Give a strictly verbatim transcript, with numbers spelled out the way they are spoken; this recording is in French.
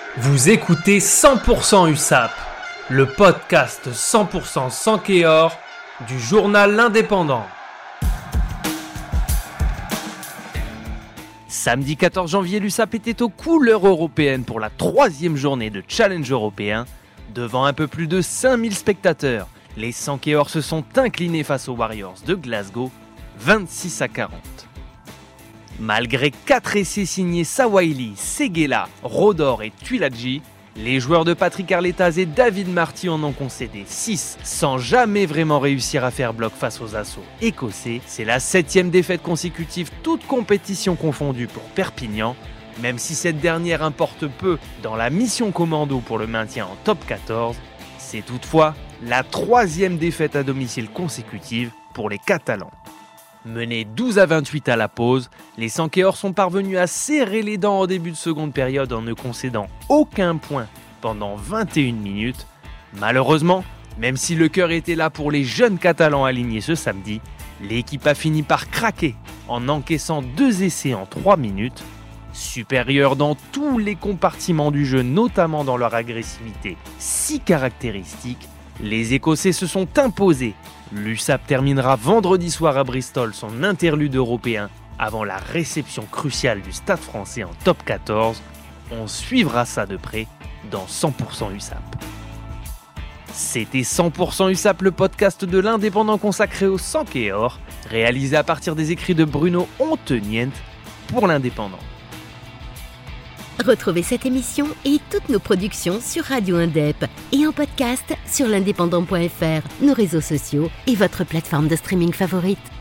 Vous écoutez cent pour cent U S A P, le podcast cent pour cent sans Kéor du journal L'Indépendant. Samedi quatorze janvier, l'U S A P était aux couleurs européennes pour la troisième journée de Challenge européen. Devant un peu plus de cinq mille spectateurs, les cent Kéor se sont inclinés face aux Warriors de Glasgow, vingt-six à quarante. Malgré quatre essais signés Sawaili, Seguela, Rodor et Tuilagi, les joueurs de Patrick Arletaz et David Marty en ont concédé six sans jamais vraiment réussir à faire bloc face aux assauts écossais. C'est la septième défaite consécutive, toutes compétitions confondues pour Perpignan, même si cette dernière importe peu dans la mission commando pour le maintien en top quatorze. C'est toutefois la troisième défaite à domicile consécutive pour les Catalans. Menés douze à vingt-huit à la pause, les cent Kéor sont parvenus à serrer les dents au début de seconde période en ne concédant aucun point pendant vingt et une minutes. Malheureusement, même si le cœur était là pour les jeunes Catalans alignés ce samedi, l'équipe a fini par craquer en encaissant deux essais en trois minutes. Supérieurs dans tous les compartiments du jeu, notamment dans leur agressivité si caractéristique, les Écossais se sont imposés. L'U S A P terminera vendredi soir à Bristol son interlude européen avant la réception cruciale du Stade français en top quatorze. On suivra ça de près dans cent pour cent U S A P. C'était cent pour cent U S A P, le podcast de l'Indépendant consacré aux cent Kéor, réalisé à partir des écrits de Bruno Ontenient pour l'Indépendant. Retrouvez cette émission et toutes nos productions sur Radio Indep et en podcast sur l'indépendant point f r, nos réseaux sociaux et votre plateforme de streaming favorite.